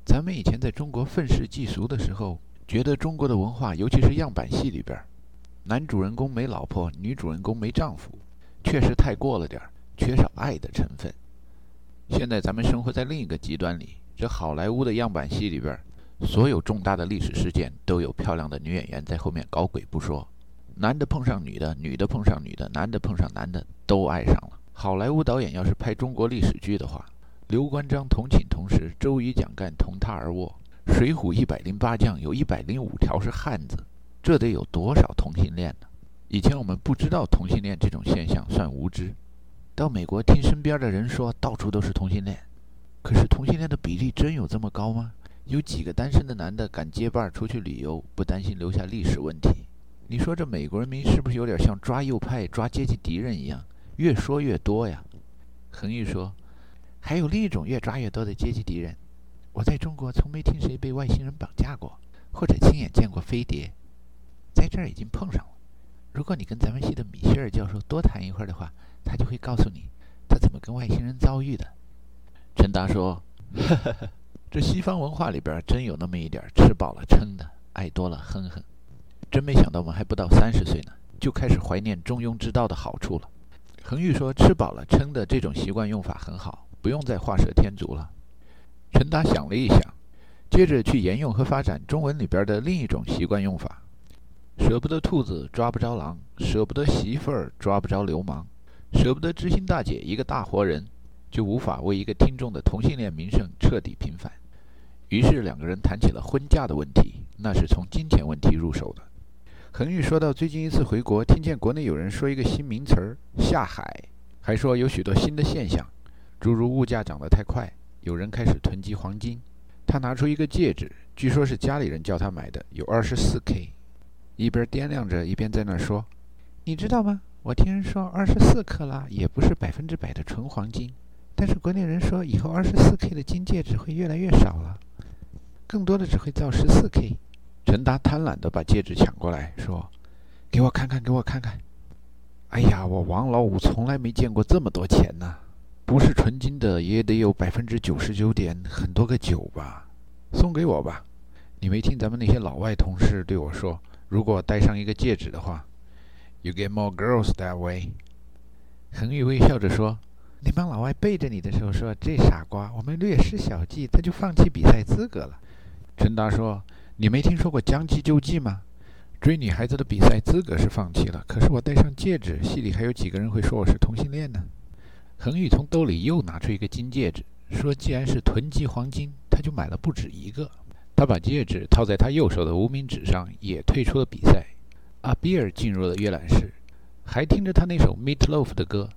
咱们以前在中国愤世嫉俗的时候，觉得中国的文化，尤其是样板戏里边，男主人公没老婆，女主人公没丈夫，确实太过了点，缺少爱的成分。现在咱们生活在另一个极端里，这好莱坞的样板戏里边，所有重大的历史事件都有漂亮的女演员在后面搞鬼不说，男的碰上女的，女的碰上女的，男的碰上男的，都爱上了。好莱坞导演要是拍中国历史剧的话，刘关张同寝同食，周瑜蒋干同榻而卧，水浒108将有105条是汉子，这得有多少同性恋呢？以前我们不知道同性恋这种现象算无知，到美国听身边的人说到处都是同性恋，可是同性恋的比例真有这么高吗？有几个单身的男的敢结伴出去旅游，不担心留下历史问题？你说这美国人民是不是有点像抓右派、抓阶级敌人一样，越说越多呀？恒玉说，还有另一种越抓越多的阶级敌人，我在中国从没听谁被外星人绑架过，或者亲眼见过飞碟，在这儿已经碰上了。如果你跟咱们系的米歇尔教授多谈一会儿的话，他就会告诉你他怎么跟外星人遭遇的。陈达说，呵呵呵，这西方文化里边真有那么一点吃饱了撑的，爱多了哼哼。真没想到我们还不到30岁呢，就开始怀念中庸之道的好处了。恒玉说，吃饱了撑的这种习惯用法很好，不用再画蛇添足了。陈达想了一想，接着去沿用和发展中文里边的另一种习惯用法。舍不得兔子抓不着狼，舍不得媳妇儿抓不着流氓，舍不得知心大姐一个大活人，就无法为一个听众的同性恋名声彻底平反。于是两个人谈起了婚嫁的问题，那是从金钱问题入手的。恒玉说到最近一次回国，听见国内有人说一个新名词儿下海，还说有许多新的现象，诸如物价涨得太快，有人开始囤积黄金。他拿出一个戒指，据说是家里人叫他买的，有24K， 一边掂量着一边在那说，你知道吗，我听人说24克拉也不是100%的纯黄金，但是国内人说以后24K 的金戒指会越来越少了，更多的只会造14K。陈达贪婪地把戒指抢过来说，给我看看，给我看看。哎呀，我王老五从来没见过这么多钱呢，不是纯金的也得有99%点很多个9吧，送给我吧。你没听咱们那些老外同事对我说，如果戴上一个戒指的话， You get more girls that way。 恒玉微笑着说，那帮老外背着你的时候说，这傻瓜，我们略施小计他就放弃比赛资格了。陈达说，你没听说过将计就计吗？追女孩子的比赛资格是放弃了，可是我戴上戒指，系里还有几个人会说我是同性恋呢？恒玉从兜里又拿出一个金戒指，说既然是囤积黄金，他就买了不止一个。他把戒指套在他右手的无名指上，也退出了比赛。阿比尔进入了阅览室，还听着他那首 Meatloaf 的歌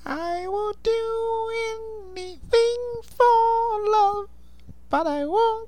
I will do anything for love, but I won't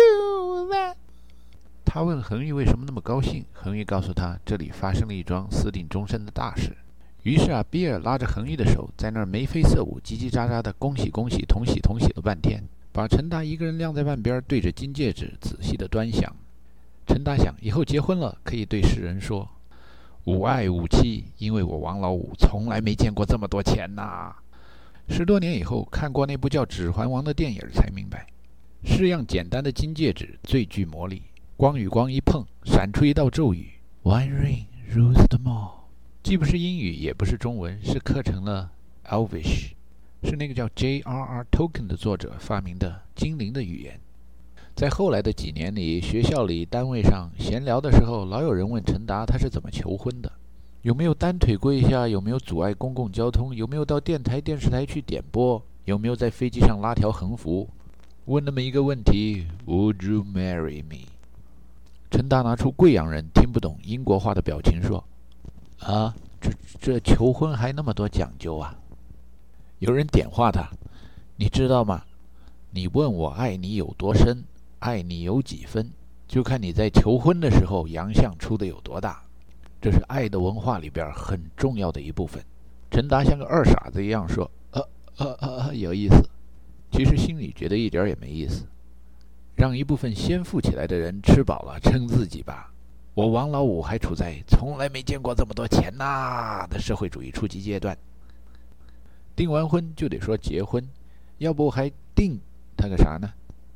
do that。 他问恒玉为什么那么高兴，恒玉告诉他这里发生了一桩私定终身的大事。于是阿比尔拉着恒玉的手，在那儿眉飞色舞，叽叽喳喳的恭喜恭喜同喜同喜了半天，把陈达一个人晾在半边，对着金戒指仔细的端详。陈达想，以后结婚了可以对世人说，吾爱吾妻，因为我王老五从来没见过这么多钱呐。10多年以后看过那部叫《指环王》的电影才明白，式样简单的金戒指最具魔力，光与光一碰，闪出一道咒语 One ring rules them all。 既不是英语也不是中文，是刻成了 Elvish， 是那个叫 J.R.R. Tolkien 的作者发明的精灵的语言。在后来的几年里，学校里单位上闲聊的时候，老有人问陈达他是怎么求婚的，有没有单腿跪下，有没有阻碍公共交通，有没有到电台电视台去点播，有没有在飞机上拉条横幅。问那么一个问题 Would you marry me？ 陈达拿出贵阳人听不懂英国话的表情说，啊，这求婚还那么多讲究啊。有人点化他，你知道吗，你问我爱你有多深，爱你有几分，就看你在求婚的时候洋相出的有多大。这是爱的文化里边很重要的一部分。陈达像个二傻子一样说，有意思，其实心里觉得一点也没意思。让一部分先富起来的人吃饱了撑自己吧，我王老五还处在从来没见过这么多钱呐的社会主义初级阶段。订完婚就得说结婚，要不还定他个啥呢？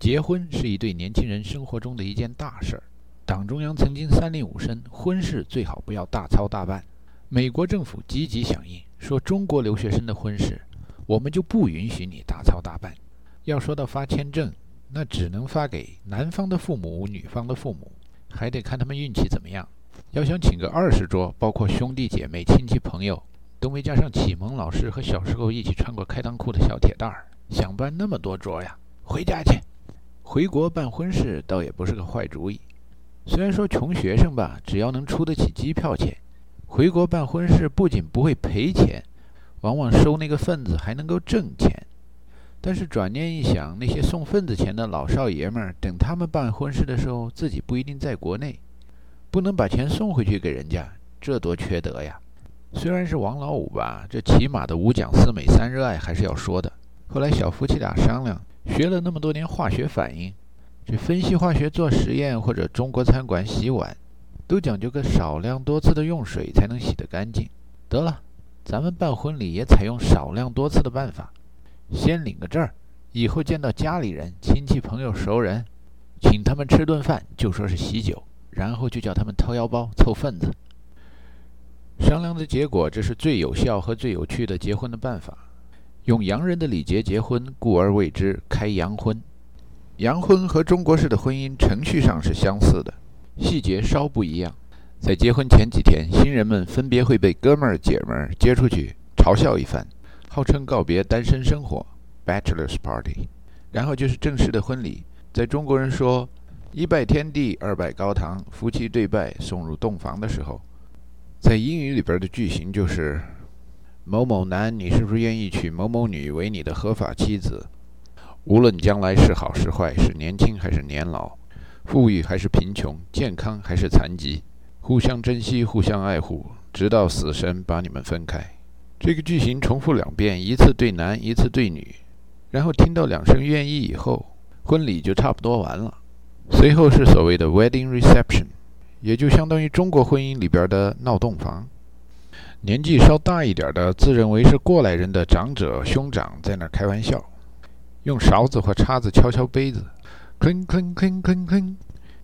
结婚是一对年轻人生活中的一件大事儿。党中央曾经3令5申，婚事最好不要大操大办。美国政府积极响应，说中国留学生的婚事，我们就不允许你大操大办。要说到发签证，那只能发给男方的父母、女方的父母，还得看他们运气怎么样。要想请个20桌，包括兄弟姐妹、亲戚朋友，都没加上启蒙老师和小时候一起穿过开裆裤的小铁蛋儿，想办那么多桌呀，回家去。回国办婚事倒也不是个坏主意。虽然说穷学生吧，只要能出得起机票钱，回国办婚事不仅不会赔钱，往往收那个份子还能够挣钱。但是转念一想，那些送份子钱的老少爷们儿，等他们办婚事的时候，自己不一定在国内，不能把钱送回去给人家，这多缺德呀！虽然是王老五吧，这起码的5讲4美3热爱还是要说的。后来小夫妻俩商量，学了那么多年化学反应，这分析化学做实验或者中国餐馆洗碗，都讲究个少量多次的用水才能洗得干净。得了，咱们办婚礼也采用少量多次的办法，先领个证儿，以后见到家里人、亲戚朋友、熟人，请他们吃顿饭就说是喜酒，然后就叫他们掏腰包凑份子。商量的结果，这是最有效和最有趣的结婚的办法。用洋人的礼节结婚，故而谓之开洋婚。洋婚和中国式的婚姻程序上是相似的，细节稍不一样。在结婚前几天，新人们分别会被哥们儿姐们儿接出去嘲笑一番，号称告别单身生活 Bachelor's Party。 然后就是正式的婚礼，在中国人说1拜天地2拜高堂，夫妻对拜送入洞房的时候，在英语里边的句型就是某某男，你是不是愿意娶某某女为你的合法妻子？无论将来是好是坏，是年轻还是年老，富裕还是贫穷，健康还是残疾，互相珍惜，互相爱护，直到死神把你们分开。这个句型重复2遍，一次对男，一次对女，然后听到2声愿意以后，婚礼就差不多完了。随后是所谓的 wedding reception， 也就相当于中国婚姻里边的闹洞房。年纪稍大一点的，自认为是过来人的长者兄长在那儿开玩笑，用勺子或叉子敲敲杯子 clink clink clink clink clink。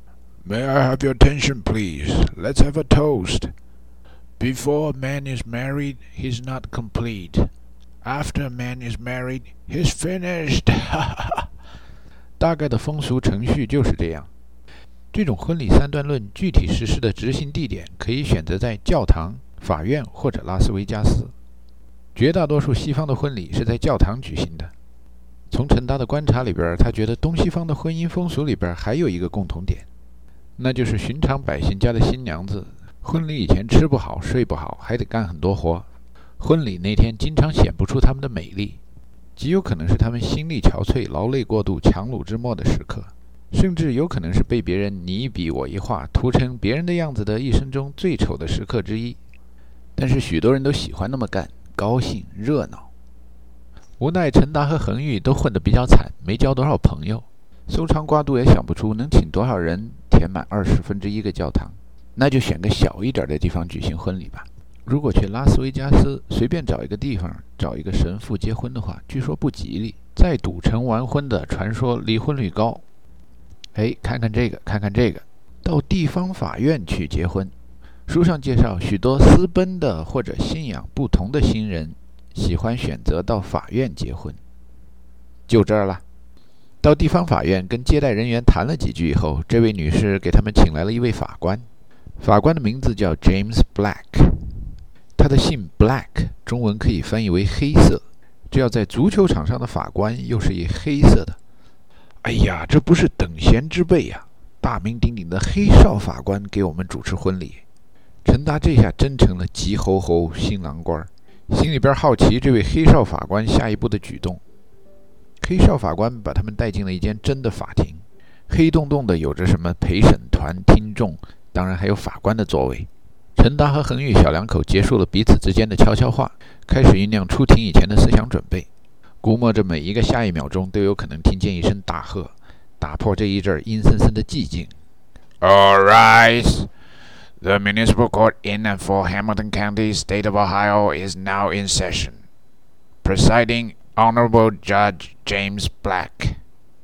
May I have your attention please? Let's have a toast. Before a man is married, he's not complete. After a man is married, he's finished. 大概的风俗程序就是这样。这种婚礼3段论具体实施的执行地点可以选择在教堂、法院或者拉斯维加斯。绝大多数西方的婚礼是在教堂举行的。从陈达的观察里边，他觉得东西方的婚姻风俗里边还有一个共同点，那就是寻常百姓家的新娘子婚礼以前吃不好睡不好，还得干很多活，婚礼那天经常显不出她们的美丽，极有可能是她们心力憔悴、劳累过度、强弩之末的时刻，甚至有可能是被别人你一笔我一画涂成别人的样子的一生中最丑的时刻之一。但是许多人都喜欢那么干，高兴热闹。无奈陈达和恒玉都混得比较惨，没交多少朋友，搜肠刮肚也想不出能请多少人填满1/20个教堂，那就选个小一点的地方举行婚礼吧。如果去拉斯维加斯随便找一个地方找一个神父结婚的话，据说不吉利，在赌城完婚的传说离婚率高。看看这个，看看这个，到地方法院去结婚。书上介绍，许多私奔的或者信仰不同的新人喜欢选择到法院结婚。就这儿了。到地方法院跟接待人员谈了几句以后，这位女士给他们请来了一位法官。法官的名字叫 James Black， 他的姓 Black， 中文可以翻译为黑色。这要在足球场上的法官又是一黑色的，哎呀，这不是等闲之辈呀！大名鼎鼎的黑少法官给我们主持婚礼。陈达这下真成了急吼吼新郎官，心里边好奇这位黑少法官下一步的举动。黑少法官把他们带进了一间真的法庭，黑洞洞的有着什么陪审团、听众，当然还有法官的座位。陈达和恒玉小两口结束了彼此之间的悄悄话，开始酝酿出庭以前的思想准备，估摸着每一个下一秒钟都有可能听见一声大喝，打破这一阵阴森森的寂静。 All rise. The Municipal Court in and for Hamilton County, State of Ohio is now in session. Presiding Honorable Judge James Black.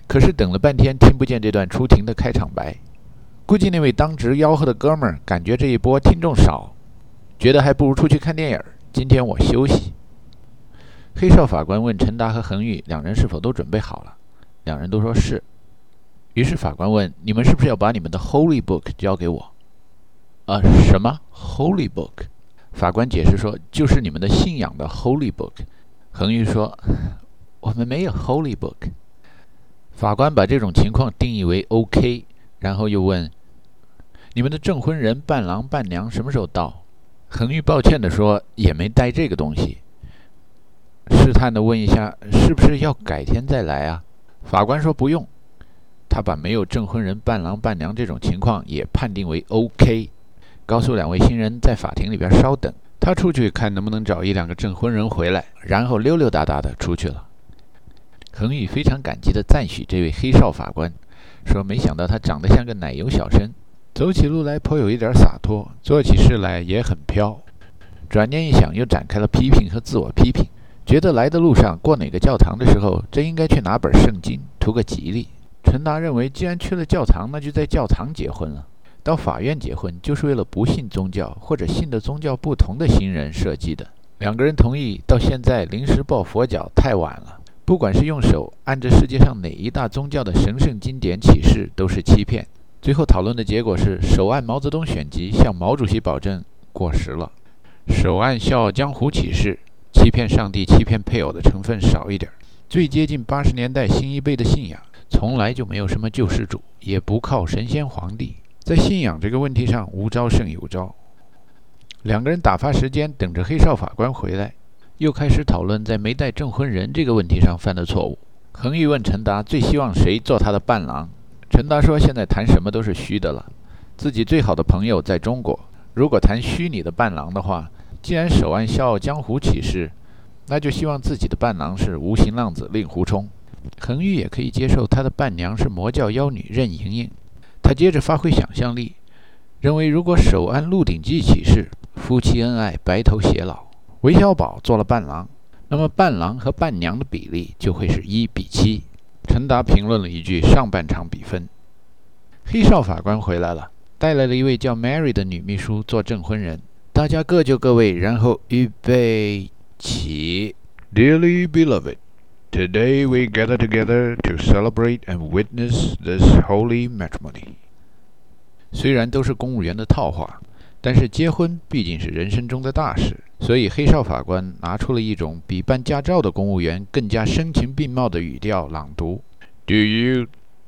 可是等了半天听不见这段出庭的开场白，估计那位当值吆喝的哥们儿感觉这一波听众少，觉得还不如出去看电影，今天我休息。黑少法官问陈达和恒宇两人是否都准备好了，两人都说是。于是法官问：你们是不是要把你们的 Holy Book 交给我？什么 Holy Book？ 法官解释说，就是你们的信仰的 Holy Book。 恒宇说，我们没有 Holy Book。 法官把这种情况定义为 OK， 然后又问：你们的证婚人伴郎伴娘什么时候到？恒宇抱歉地说，也没带这个东西。试探地问一下，是不是要改天再来啊？法官说不用，他把没有证婚人伴郎伴娘这种情况也判定为 OK， 告诉两位新人在法庭里边稍等，他出去看能不能找一两个证婚人回来，然后溜溜达达的出去了。恒宇非常感激地赞许这位黑少法官，说没想到他长得像个奶油小生，走起路来颇有一点洒脱，做起事来也很飘。转念一想，又展开了批评和自我批评，觉得来的路上过哪个教堂的时候，真应该去拿本圣经，图个吉利。陈达认为，既然去了教堂，那就在教堂结婚了。到法院结婚，就是为了不信宗教或者信的宗教不同的新人设计的。两个人同意，到现在临时抱佛脚太晚了。不管是用手按着世界上哪一大宗教的神圣经典起誓，都是欺骗。最后讨论的结果是，手按毛泽东选集，向毛主席保证过时了；手按笑傲江湖起誓，欺骗上帝、欺骗配偶的成分少一点。最接近80年代新一辈的信仰，从来就没有什么救世主，也不靠神仙皇帝，在信仰这个问题上无招胜有招。两个人打发时间，等着黑少法官回来，又开始讨论在没带证婚人这个问题上犯的错误。恒宇问陈达最希望谁做他的伴郎，陈达说现在谈什么都是虚的了，自己最好的朋友在中国，如果谈虚拟的伴郎的话，既然手按笑傲江湖起誓，那就希望自己的伴郎是无形浪子令狐冲。恒宇也可以接受他的伴娘是魔教妖女任盈盈。他接着发挥想象力，认为如果手按鹿鼎记起誓，夫妻恩爱，白头偕老，韦小宝做了伴郎，那么伴郎和伴娘的比例就会是1:7。陈达评论了一句上半场比分。黑少法官回来了，带来了一位叫 Mary 的女秘书做证婚人，大家各就各位，然后预备起。 Dearly beloved, today we gather together to celebrate and witness this holy matrimony. 虽然都是公务员的套话，但是结婚毕竟是人生中的大事，所以黑少法官拿出了一种比办驾照的公务员更加声情并茂的语调朗读。 Do you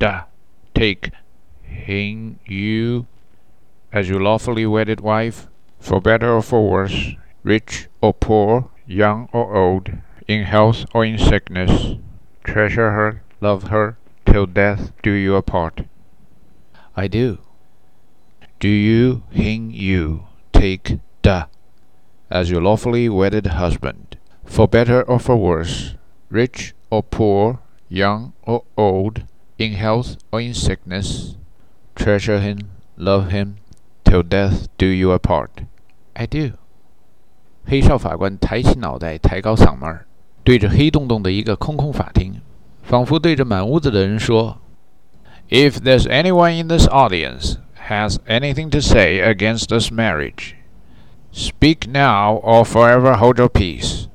take him you as your lawfully wedded wife, for better or for worse, rich or poor, young or old, in health or in sickness, treasure her, love her, till death do you apart? I do. Do you, him, you, take as your lawfully wedded husband, for better or for worse, rich or poor, young or old, in health or in sickness, treasure him, love him, till death do you apart? I do. 黑少法官抬起脑袋，抬高嗓门，对着黑洞洞的一个空空法庭，仿佛对着满屋子的人说 If there's anyone in this audience has anything to say against this marriage, speak now or forever hold your peace.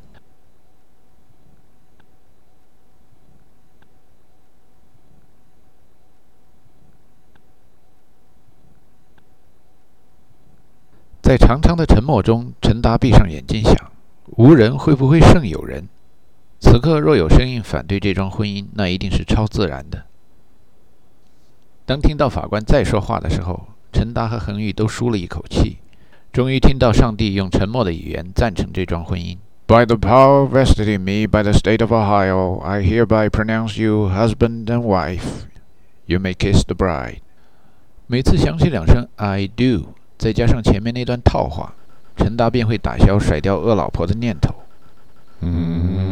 在长长的沉默中，陈达闭上眼睛想，无人会不会胜有人？此刻若有声音反对这桩婚姻，那一定是超自然的。当听到法官再说话的时候，陈达和恒宇都舒了一口气，终于听到上帝用沉默的语言赞成这桩婚姻。By the power vested in me by the state of Ohio, I hereby pronounce you husband and wife. You may kiss the bride. 每次响起两声 I do， 再加上前面那段套话，陈达便会打消甩掉恶老婆的念头。